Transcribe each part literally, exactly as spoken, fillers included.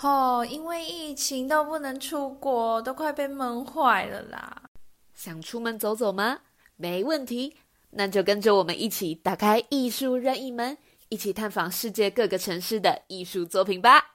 哦，因为疫情都不能出国，都快被闷坏了啦。 想出门走走吗？没问题，那就跟着我们一起打开艺术任意门，一起探访世界各个城市的艺术作品吧。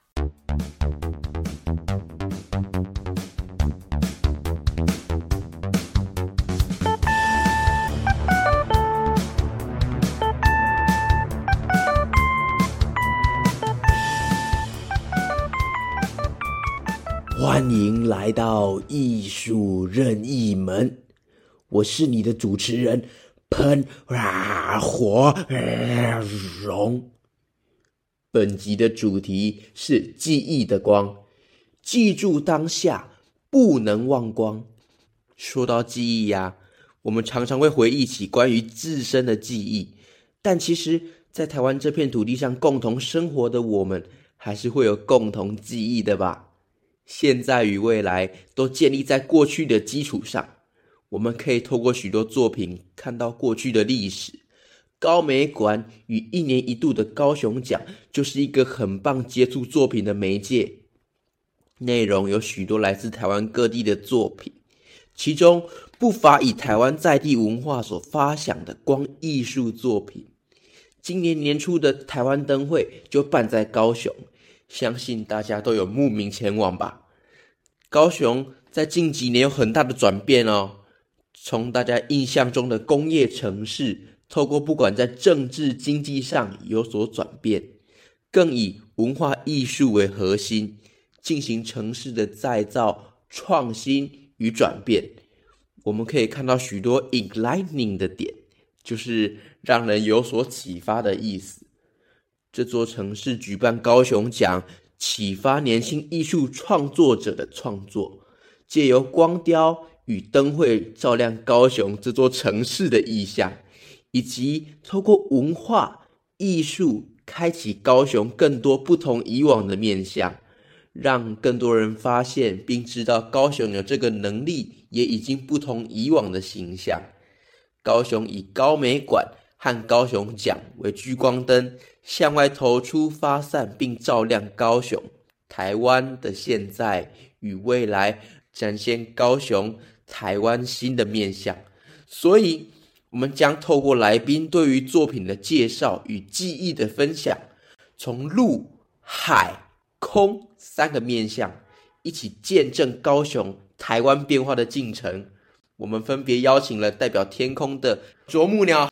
欢迎来到艺术任意门，我是你的主持人喷火龙。本集的主题是记忆的光，记住当下，不能忘光。说到记忆啊，我们常常会回忆起关于自身的记忆，但其实在台湾这片土地上共同生活的我们，还是会有共同记忆的吧。现在与未来都建立在过去的基础上，我们可以透过许多作品看到过去的历史。高美馆与一年一度的高雄奖就是一个很棒接触作品的媒介，内容有许多来自台湾各地的作品，其中不乏以台湾在地文化所发想的光艺术作品。今年年初的台湾灯会就办在高雄，相信大家都有慕名前往吧。高雄在近几年有很大的转变哦，从大家印象中的工业城市，透过不管在政治经济上有所转变，更以文化艺术为核心，进行城市的再造、创新与转变。我们可以看到许多 enlightening 的点，就是让人有所启发的意思。这座城市举办高雄奖，启发年轻艺术创作者的创作，借由光雕与灯会照亮高雄这座城市的意象，以及透过文化艺术开启高雄更多不同以往的面向，让更多人发现并知道高雄有这个能力，也已经不同以往的形象。高雄以高美馆和高雄奖为聚光灯，向外投出发散并照亮高雄、台湾的现在与未来，展现高雄、台湾新的面向。所以我们将透过来宾对于作品的介绍与记忆的分享，从陆、海、空三个面向，一起见证高雄、台湾变化的进程。我们分别邀请了代表天空的啄木鸟、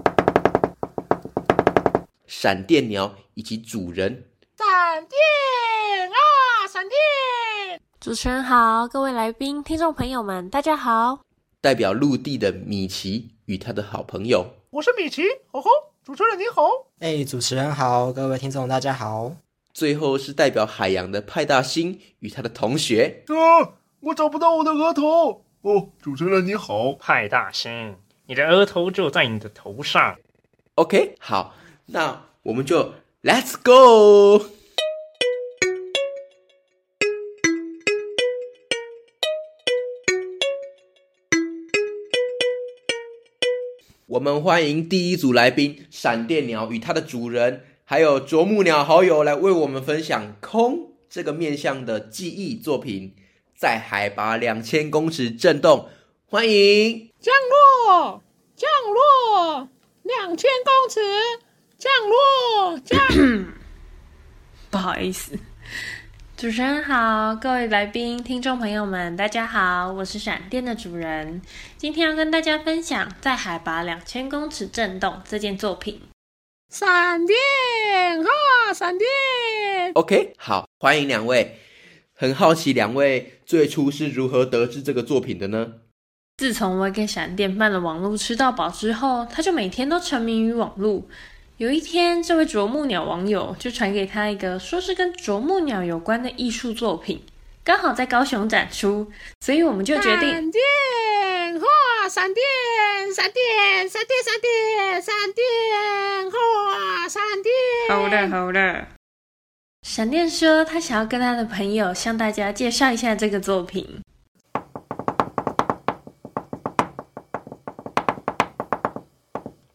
闪电鸟以及主人。 闪电啊，闪电！ 主持人好，各位来宾、听众朋友们，大家好。 代表陆地的米奇与他的好朋友。 我是米奇，吼吼，主持人你好。 哎，主持人好，各位听众大家好。 最后是代表海洋的派大星与他的同学。 啊，我找不到我的额头。哦，主持人你好。 派大星，你的额头就在你的头上。 OK， 好，那我们就 Let's go。我们欢迎第一组来宾闪电鸟与它的主人，还有啄木鸟好友来为我们分享空这个面向的记忆作品，在海拔两千公尺震动。欢迎降落，降落，两千公尺，降落，降。 不好意思，主持人好，各位来宾、听众朋友们，大家好，我是闪电的主人。今天要跟大家分享在海拔两千公尺震动这件作品。 闪电啊，闪电 OK， 好，欢迎两位。很好奇两位最初是如何得知这个作品的呢？ 自从我给闪电办了网路吃到饱之后，他就每天都沉迷于网路。有一天，这位啄木鸟网友就传给他一个说是跟啄木鸟有关的艺术作品，刚好在高雄展出，所以我们就决定闪电啊，闪电，闪电，闪电，闪电，闪电啊，闪电。 好的，好的。闪电说他想要跟他的朋友向大家介绍一下这个作品。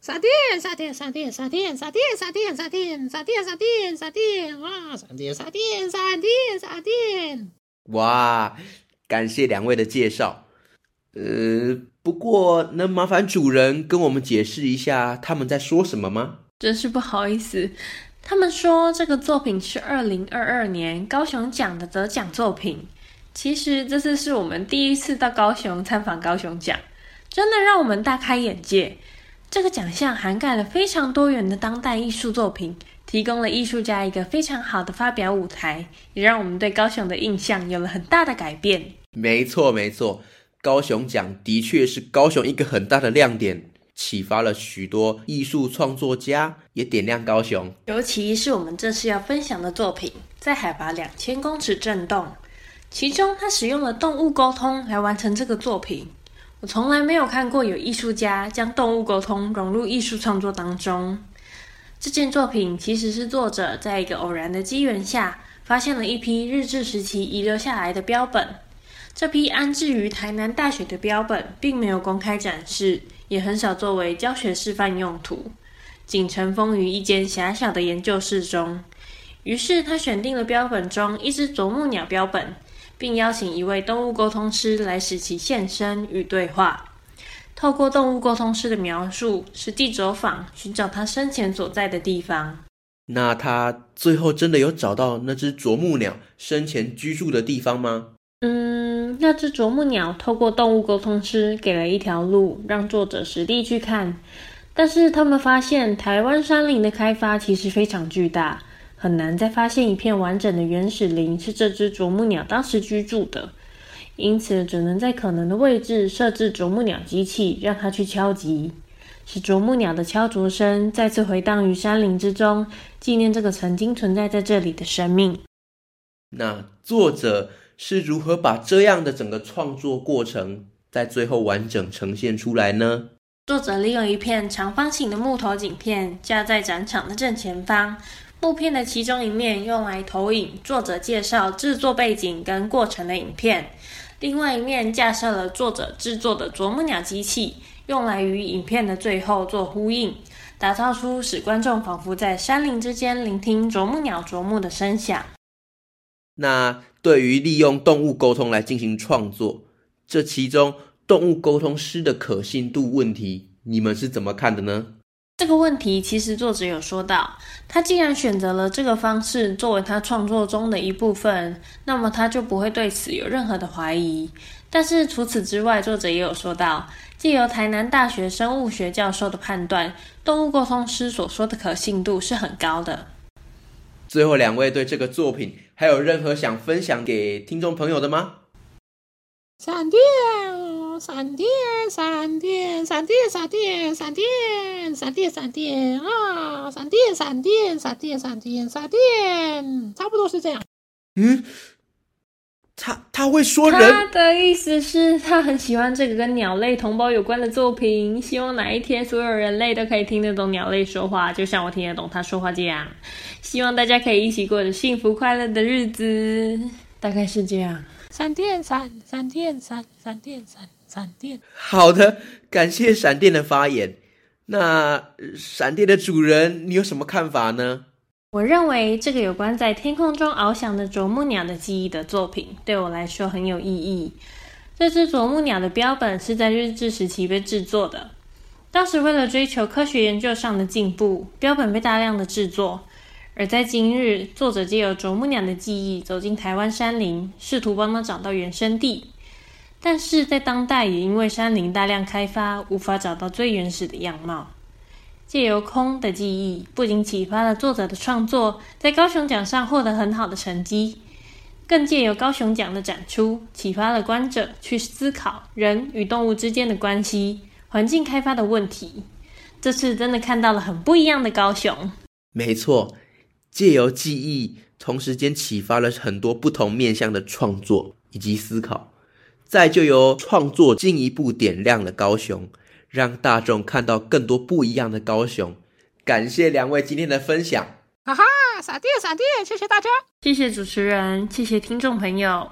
闪电，闪电，闪电，闪电，闪电，闪电，闪电，闪电，闪电，闪电啊！闪电，闪电，闪电，闪电！ 哇，感谢两位的介绍。呃，不过能麻烦主人跟我们解释一下他们在说什么吗？ 真是不好意思，他们说这个作品是二零二二年高雄奖的得奖作品。其实这次是我们第一次到高雄参访高雄奖，真的让我们大开眼界。这个奖项涵盖了非常多元的当代艺术作品，提供了艺术家一个非常好的发表舞台，也让我们对高雄的印象有了很大的改变。 没错没错，高雄奖的确是高雄一个很大的亮点，启发了许多艺术创作家，也点亮高雄。 尤其是我们这次要分享的作品，在海拔两千公尺震动，其中它使用了动物沟通来完成这个作品。我从来没有看过有艺术家将动物沟通融入艺术创作当中。这件作品其实是作者在一个偶然的机缘下，发现了一批日治时期遗留下来的标本。这批安置于台南大学的标本并没有公开展示，也很少作为教学示范用途，仅尘封于一间狭小的研究室中。于是他选定了标本中一只啄木鸟标本，并邀请一位动物沟通师来使其现身与对话。透过动物沟通师的描述，实地走访，寻找他生前所在的地方。 那他最后真的有找到那只啄木鸟生前居住的地方吗？ 嗯，那只啄木鸟透过动物沟通师给了一条路，让作者实地去看。但是他们发现台湾山林的开发其实非常巨大，很难再发现一片完整的原始林是这只啄木鸟当时居住的，因此只能在可能的位置设置啄木鸟机器，让它去敲击，使啄木鸟的敲啄声再次回荡于山林之中，纪念这个曾经存在在这里的生命。 那作者是如何把这样的整个创作过程在最后完整呈现出来呢？ 作者利用一片长方形的木头景片架在展场的正前方，木片的其中一面用来投影作者介绍制作背景跟过程的影片，另外一面架设了作者制作的啄木鸟机器，用来与影片的最后做呼应，打造出使观众仿佛在山林之间聆听啄木鸟啄木的声响。 那对于利用动物沟通来进行创作，这其中动物沟通师的可信度问题，你们是怎么看的呢？ 这个问题其实作者有说到，他既然选择了这个方式作为他创作中的一部分，那么他就不会对此有任何的怀疑。但是除此之外，作者也有说到，藉由台南大学生物学教授的判断，动物沟通师所说的可信度是很高的。 最后两位对这个作品还有任何想分享给听众朋友的吗？ 闪电，闪电，闪电，闪电，闪电，闪电，闪电，闪电啊！闪电，闪电，闪电，闪电，闪电，差不多是这样。 嗯，他他会说人？ 他的意思是他很喜欢这个跟鸟类同胞有关的作品，希望哪一天所有人类都可以听得懂鸟类说话，就像我听得懂他说话这样。希望大家可以一起过着幸福快乐的日子，大概是这样。 闪电闪，闪电闪，闪电闪，闪电。 好的，感谢闪电的发言。那闪电的主人，你有什么看法呢？ 我认为这个有关在天空中翱翔的啄木鸟的记忆的作品，对我来说很有意义。这只啄木鸟的标本是在日治时期被制作的，当时为了追求科学研究上的进步，标本被大量的制作。而在今日，作者藉由啄木鸟的记忆走进台湾山林，试图帮它找到原生地。但是在当代，也因为山林大量开发，无法找到最原始的样貌。藉由空的记忆，不仅启发了作者的创作，在高雄奖上获得很好的成绩，更藉由高雄奖的展出，启发了观者去思考人与动物之间的关系、环境开发的问题。这次真的看到了很不一样的高雄。 没错，藉由记忆，同时间启发了很多不同面向的创作以及思考，再就由创作进一步点亮了高雄，让大众看到更多不一样的高雄。感谢两位今天的分享。 哈哈，闪电闪电，谢谢大家。 谢谢主持人，谢谢听众朋友。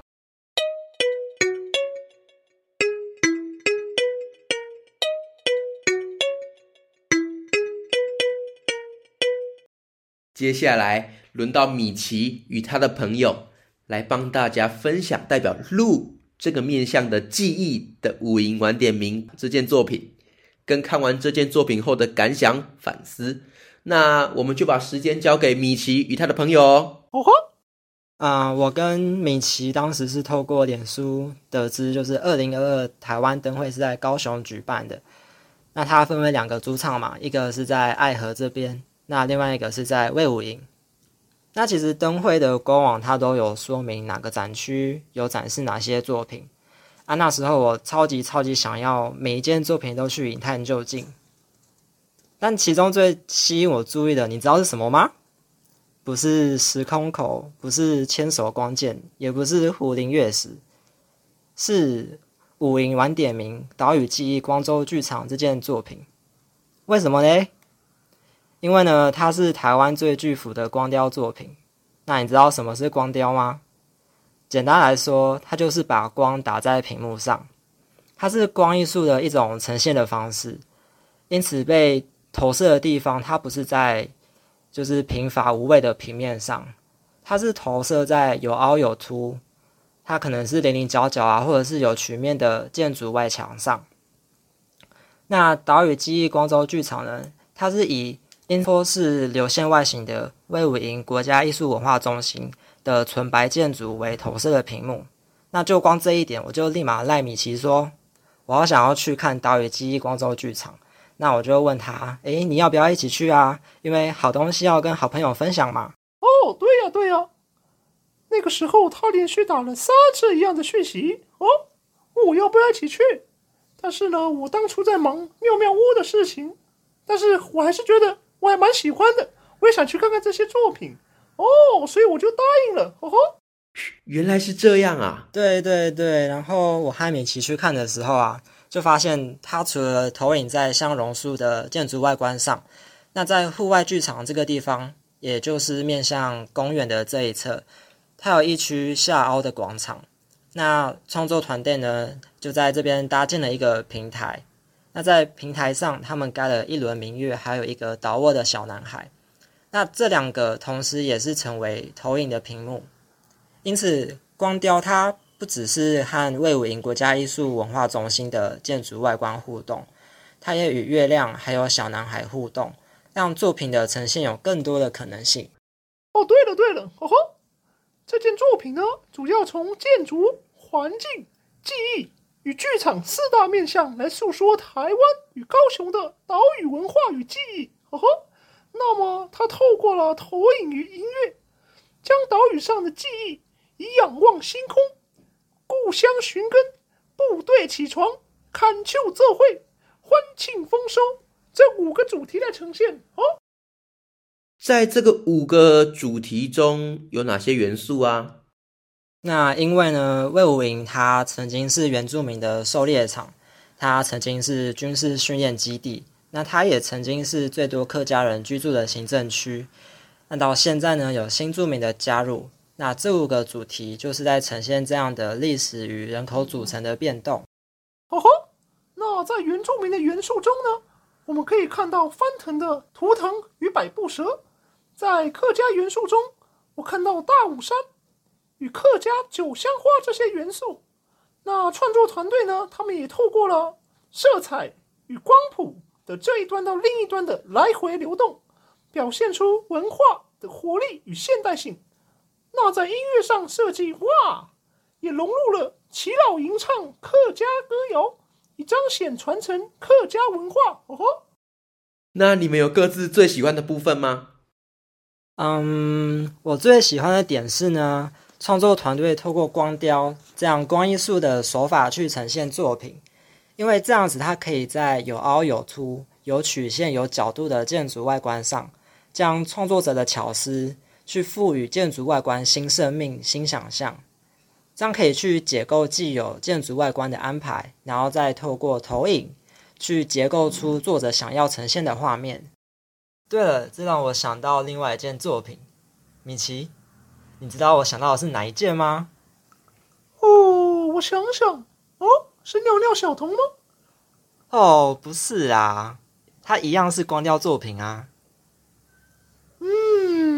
接下来轮到米奇与他的朋友来帮大家分享代表鹿这个面向的记忆的五营晚点名这件作品，跟看完这件作品后的感想反思。那我们就把时间交给米奇与他的朋友哦。 哦吼，啊、呃，我跟米奇当时是透过脸书得知，就是二零二二台湾灯会是在高雄举办的。那它分为两个主场嘛，一个是在爱河这边，那另外一个是在卫武营。那其实灯会的官网它都有说明哪个展区有展示哪些作品啊。那时候我超级超级想要每一件作品都去一探究竟。但其中最吸引我注意的，你知道是什么吗？不是时空口，不是千手光剑，也不是狐林月食，是五营晚点名岛屿记忆光州剧场这件作品。为什么呢？因为呢，它是台湾最巨幅的光雕作品。那你知道什么是光雕吗？简单来说，它就是把光打在屏幕上，它是光艺术的一种呈现的方式，因此被投射的地方，它不是在就是平滑无味的平面上，它是投射在有凹有凸，它可能是零零角角啊，或者是有曲面的建筑外墙上。那岛屿记忆光州剧场呢，它是以因托式流线外形的卫武营国家艺术文化中心的纯白建筑为投射的屏幕。那就光这一点，我就立马赖米奇说，我好想要去看岛屿记忆光州剧场。那我就问他，诶，你要不要一起去啊？因为好东西要跟好朋友分享嘛。 哦，对呀对呀，那个时候他连续打了三次一样的讯息，哦，我要不要一起去？但是呢，我当初在忙妙妙屋的事情，但是我还是觉得我还蛮喜欢的，我也想去看看这些作品，哦，所以我就答应了，哦吼。 原来是这样啊！ 对对对，然后我和米奇去看的时候啊，就发现它除了投影在相榕树的建筑外观上，那在户外剧场这个地方，也就是面向公园的这一侧，它有一区下凹的广场。那创作团队呢，就在这边搭建了一个平台。那在平台上，他们盖了一轮明月，还有一个倒卧的小男孩。那这两个同时也是成为投影的屏幕。因此，光雕它不只是和卫武营国家艺术文化中心的建筑外观互动，它也与月亮还有小男孩互动，让作品的呈现有更多的可能性。 哦，对了对了，哦吼，这件作品呢，主要从建筑、环境、记忆与剧场四大面向来诉说台湾与高雄的岛屿文化与记忆。哦吼，那么它透过了投影与音乐，将岛屿上的记忆以仰望星空、故乡寻根、部队起床、砍秋这会、欢庆丰收这五个主题来呈现。哦， 在这个五个主题中有哪些元素啊？ 那因为呢，卫武营它曾经是原住民的狩猎场，它曾经是军事训练基地，那它也曾经是最多客家人居住的行政区。那到现在呢，有新住民的加入，那这五个主题就是在呈现这样的历史与人口组成的变动。 哦吼，那在原住民的元素中呢，我们可以看到翻腾的图腾与百步蛇。在客家元素中，我看到大武山与客家九香花这些元素。那创作团队呢，他们也透过了色彩与光谱的这一端到另一端的来回流动，表现出文化的活力与现代性。那在音乐上设计，哇，也融入了耆老吟唱客家歌谣，以彰显传承客家文化。哦吼， 那你们有各自最喜欢的部分吗？ 嗯，我最喜欢的点是呢，创作团队透过光雕这样光艺术的手法去呈现作品，因为这样子它可以在有凹有凸、有曲线、有角度的建筑外观上，将创作者的巧思去赋予建筑外观新生命、新想象，这样可以去解构既有建筑外观的安排，然后再透过投影去结构出作者想要呈现的画面。对了，这让我想到另外一件作品。米奇，你知道我想到的是哪一件吗？ 哦，我想想，哦，是尿尿小童吗？ 哦，不是啊，它一样是光雕作品啊。 嗯，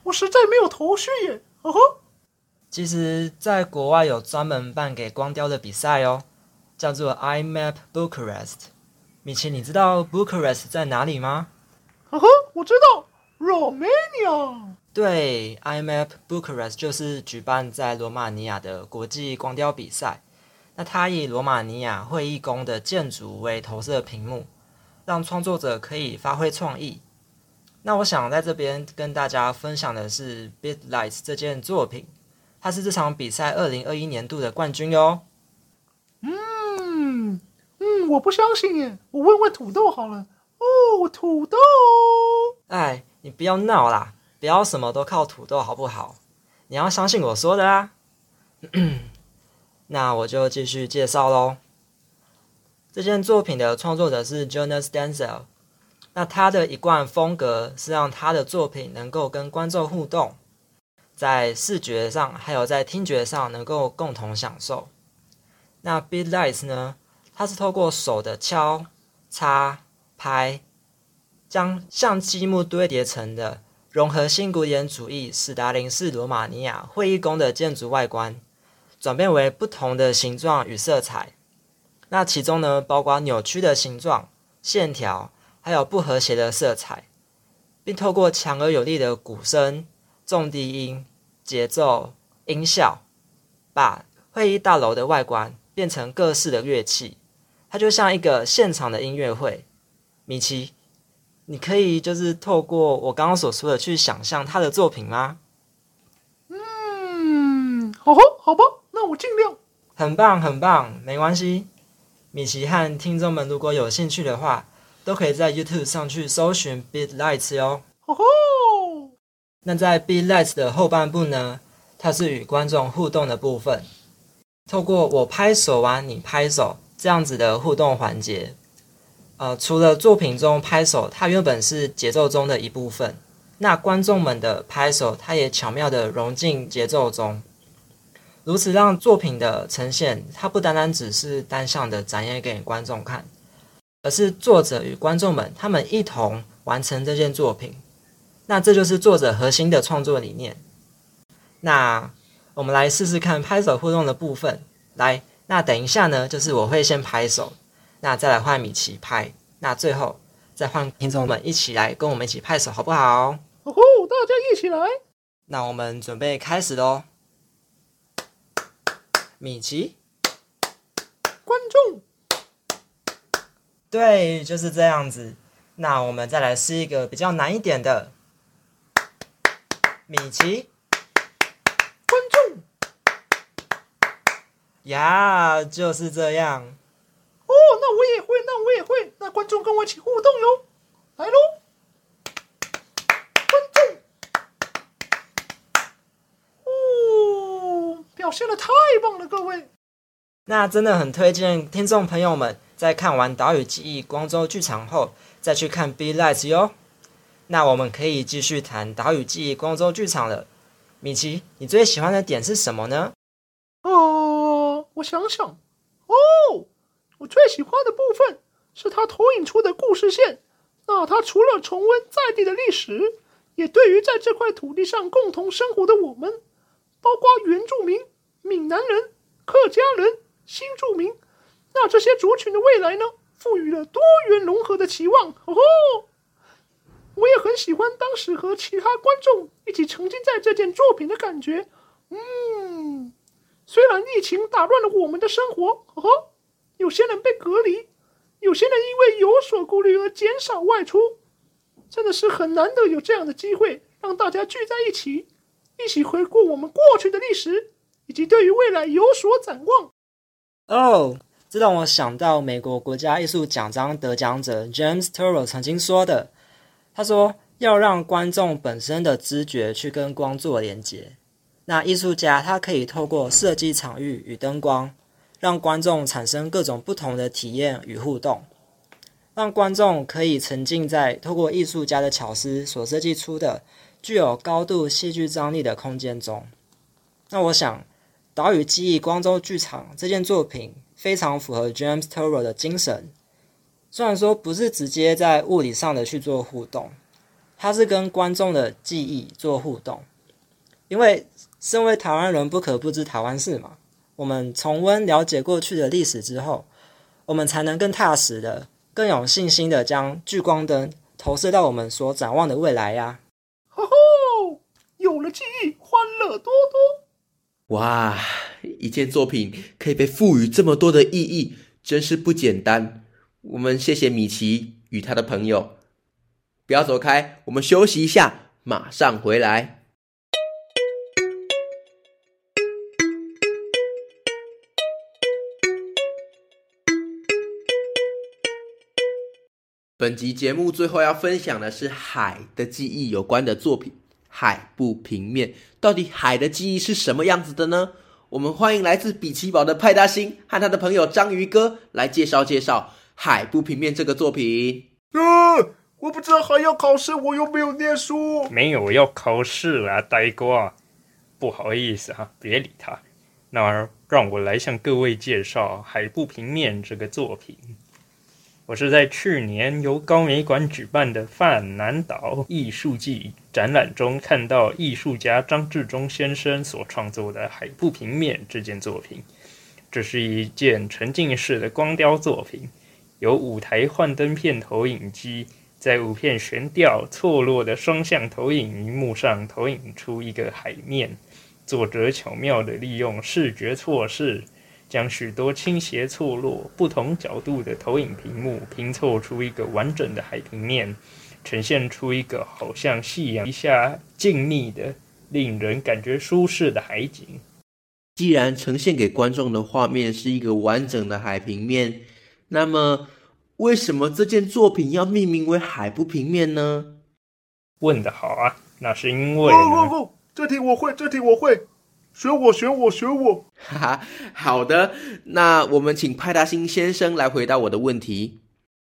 我实在没有头绪耶，呵呵。 其实在国外有专门办给光雕的比赛哦，叫做 I M A P Bucharest。米奇，你知道 Bucharest 在哪里吗？ 呵呵，我知道 Romania。 对 ，I M A P Bucharest 就是举办在罗马尼亚的国际光雕比赛。那它以罗马尼亚会议宫的建筑为投射屏幕，让创作者可以发挥创意。那我想在这边跟大家分享的是 Bit Lights 这件作品，它是这场比赛二零二一年度的冠军哟。 嗯嗯，我不相信耶，我问问土豆好了。哦，土豆。 哎，你不要闹啦，不要什么都靠土豆好不好？你要相信我说的啊。那我就继续介绍咯。这件作品的创作者是 Jonas Denzel， 那他的一贯风格是让他的作品能够跟观众互动，在视觉上还有在听觉上能够共同享受。那 Beat Lights 呢，它是透过手的敲、擦、拍，将像积木堆叠成的融合新古典主义史达林式罗马尼亚会议宫的建筑外观，转变为不同的形状与色彩。那其中呢，包括扭曲的形状、线条，还有不和谐的色彩，并透过强而有力的鼓声、重低音、节奏、音效，把会议大楼的外观变成各式的乐器。它就像一个现场的音乐会。米奇，你可以就是透过我刚刚所说的去想象他的作品吗？ 嗯，好好好吧，那我尽量。 很棒很棒，没关系。米奇和听众们如果有兴趣的话，都可以在 YouTube 上去搜寻 Beat Lights 哟。 哦吼！ 那在 Beat Lights 的后半部呢，它是与观众互动的部分，透过我拍手啊，你拍手这样子的互动环节。呃，除了作品中拍手，它原本是节奏中的一部分，那观众们的拍手，它也巧妙地融进节奏中。如此让作品的呈现，它不单单只是单向的展现给观众看，而是作者与观众们他们一同完成这件作品。那这就是作者核心的创作理念。那我们来试试看拍手互动的部分。来，那等一下呢，就是我会先拍手，那再来换米奇拍，那最后再换听众们一起来跟我们一起拍手，好不好？ 哦吼，大家一起来。 那我们准备开始咯。米奇， 观众， 对，就是这样子。那我们再来试一个比较难一点的。米奇， 观众， 呀，就是这样。 哦，那我也会，那我也会。那观众跟我一起互动哟，来咯。观众，哦，表现得太棒了，各位。 那真的很推荐听众朋友们在看完《岛屿记忆》光州剧场后，再去看 Beat Lights 哟。那我们可以继续谈《岛屿记忆》光州剧场了。米奇，你最喜欢的点是什么呢？ 呃，我想想，哦，我最喜欢的部分是它投影出的故事线。那它除了重温在地的历史，也对于在这块土地上共同生活的我们，包括原住民、闽南人、客家人、新住民，那这些族群的未来呢，赋予了多元融合的期望。哦吼！我也很喜欢当时和其他观众一起沉浸在这件作品的感觉。嗯，虽然疫情打乱了我们的生活，哦吼，有些人被隔离，有些人因为有所顾虑而减少外出，真的是很难得有这样的机会，让大家聚在一起，一起回顾我们过去的历史，以及对于未来有所展望。 哦，这让我想到美国国家艺术奖章得奖者 James Turrell 曾经说的，他说要让观众本身的知觉去跟光做连结。那艺术家他可以透过设计场域与灯光，让观众产生各种不同的体验与互动，让观众可以沉浸在透过艺术家的巧思所设计出的具有高度戏剧张力的空间中。那我想岛屿记忆光州剧场这件作品非常符合 James Turrell 的精神，虽然说不是直接在物理上的去做互动， 它是跟观众的记忆做互动。因为身为台湾人不可不知台湾事嘛，我们重温了解过去的历史之后，我们才能更踏实的、更有信心的将聚光灯投射到我们所展望的未来呀。 吼吼，有了记忆，欢乐多多。 哇，一件作品可以被赋予这么多的意义，真是不简单。我们谢谢米奇与他的朋友。不要走开，我们休息一下，马上回来。本集节目最后要分享的是海的记忆有关的作品《海不平面》。到底海的记忆是什么样子的呢？我们欢迎来自比奇堡的派大星和他的朋友章鱼哥来介绍介绍《海不平面》这个作品。 呃，我不知道还要考试，我又没有念书。 没有要考试啦，呆瓜。不好意思哈，别理他。那让我来向各位介绍《海不平面》这个作品。我是在去年由高美馆举办的泛南岛艺术季展览中看到艺术家张志忠先生所创作的《海不平面》这件作品。这是一件沉浸式的光雕作品，由五台幻灯片投影机在五片悬吊错落的双向投影荧幕上投影出一个海面。作者巧妙地利用视觉错视，将许多倾斜错落、不同角度的投影屏幕拼凑出一个完整的海平面，呈现出一个好像夕阳下静谧的、令人感觉舒适的海景。 既然呈现给观众的画面是一个完整的海平面，那么为什么这件作品要命名为海不平面呢？ 问得好啊，那是因为哦哦哦，这题我会，这题我会。选我，选我，选我！ 哈哈，好的，那我们请派大星先生来回答我的问题。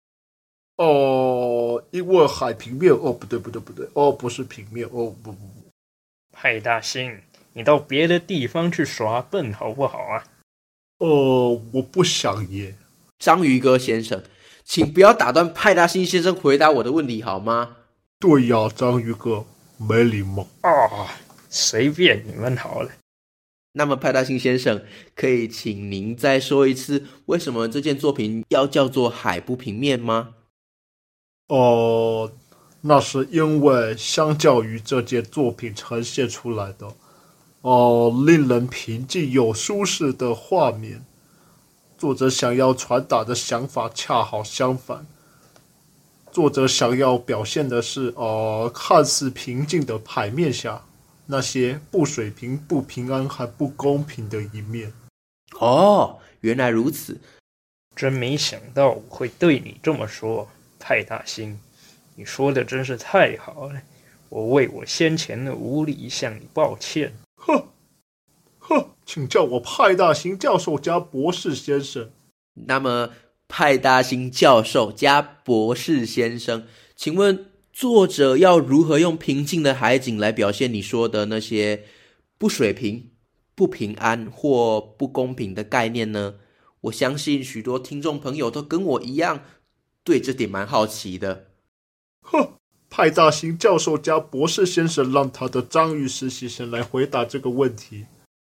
哦，因为海平面，哦，不对，不对，不对，哦，不是平面，哦，不不不。 派大星，你到别的地方去耍笨好不好啊？ 哦，我不想耶。 章鱼哥先生，请不要打断派大星先生回答我的问题好吗？ 对呀，章鱼哥，没礼貌。 哦，随便你们好了。 那么派大星先生，可以请您再说一次，为什么这件作品要叫做海不平面吗？ 哦、呃，那是因为相较于这件作品呈现出来的，哦、呃，令人平静又舒适的画面，作者想要传达的想法恰好相反。作者想要表现的是，呃，看似平静的海面下，那些不水平、不平安还不公平的一面。 哦，原来如此。 真没想到我会对你这么说，派大星，你说的真是太好了，我为我先前的无礼向你抱歉。 呵，呵，请叫我派大星教授加博士先生。 那么，派大星教授加博士先生，请问作者要如何用平静的海景来表现你说的那些不水平、不平安或不公平的概念呢？我相信许多听众朋友都跟我一样，对这点蛮好奇的。 哼，派大星教授加博士先生让他的章鱼实习生来回答这个问题。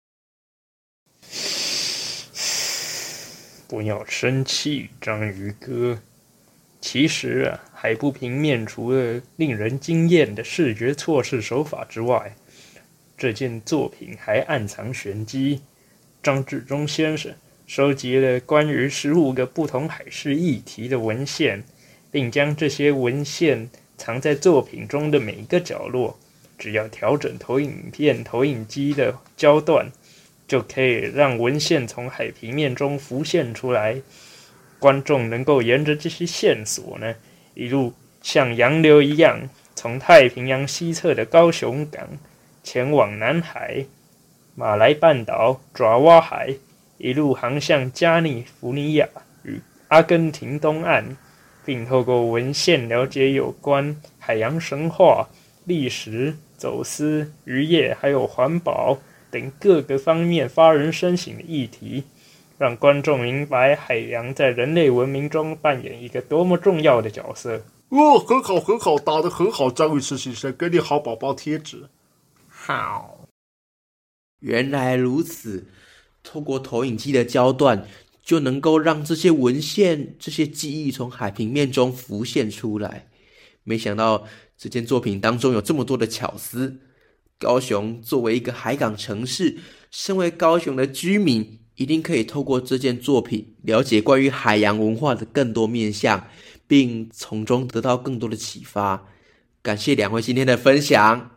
不要生气，章鱼哥。其实啊，海不平面除了令人惊艳的视觉错视手法之外，这件作品还暗藏玄机。张志忠先生收集了关于十五个不同海事议题的文献，并将这些文献藏在作品中的每一个角落。只要调整投影片投影机的焦段，就可以让文献从海平面中浮现出来。观众能够沿着这些线索呢，一路像洋流一样，从太平洋西侧的高雄港前往南海、马来半岛、爪哇海，一路航向加利福尼亚与阿根廷东岸，并透过文献了解有关海洋神话、历史、走私、渔业还有环保等各个方面发人深省的议题，让观众明白海洋在人类文明中扮演一个多么重要的角色。 哦，很好很好，打得很好，张宇实习生，给你好宝宝贴纸。 好， 原来如此，透过投影机的焦段，就能够让这些文献、这些记忆从海平面中浮现出来。没想到这件作品当中有这么多的巧思。高雄作为一个海港城市，身为高雄的居民，一定可以透过这件作品了解关于海洋文化的更多面向，并从中得到更多的启发。感谢两位今天的分享。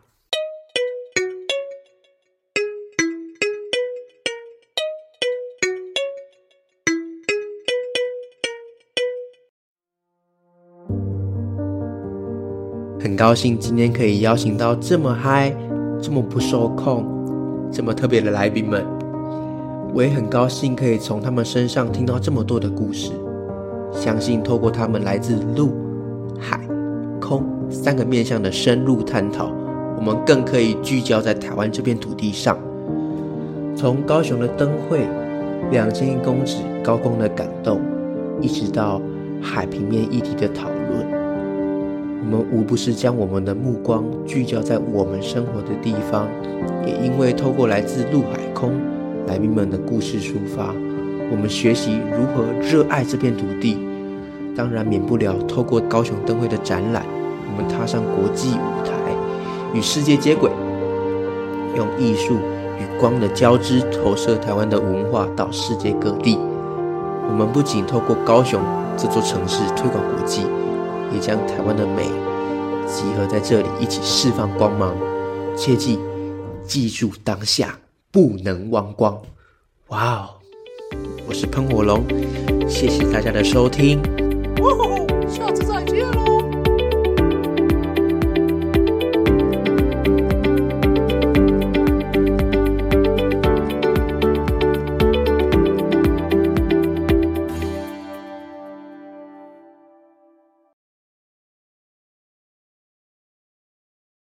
很高兴今天可以邀请到这么嗨、这么不受控、这么特别的来宾们。我也很高兴可以从他们身上听到这么多的故事，相信透过他们来自陆、海、空三个面向的深入探讨，我们更可以聚焦在台湾这片土地上。从高雄的灯会、两千公尺高空的感动，一直到海平面议题的讨论，我们无不是将我们的目光聚焦在我们生活的地方，也因为透过来自陆海空来宾们的故事抒发，我们学习如何热爱这片土地。当然免不了透过高雄灯会的展览，我们踏上国际舞台，与世界接轨，用艺术与光的交织投射台湾的文化到世界各地。我们不仅透过高雄这座城市推广国际，也将台湾的美集合在这里，一起释放光芒。切记，记住当下，不能忘光。哇哦！我是喷火龙，谢谢大家的收听。 哦，下次再见喽。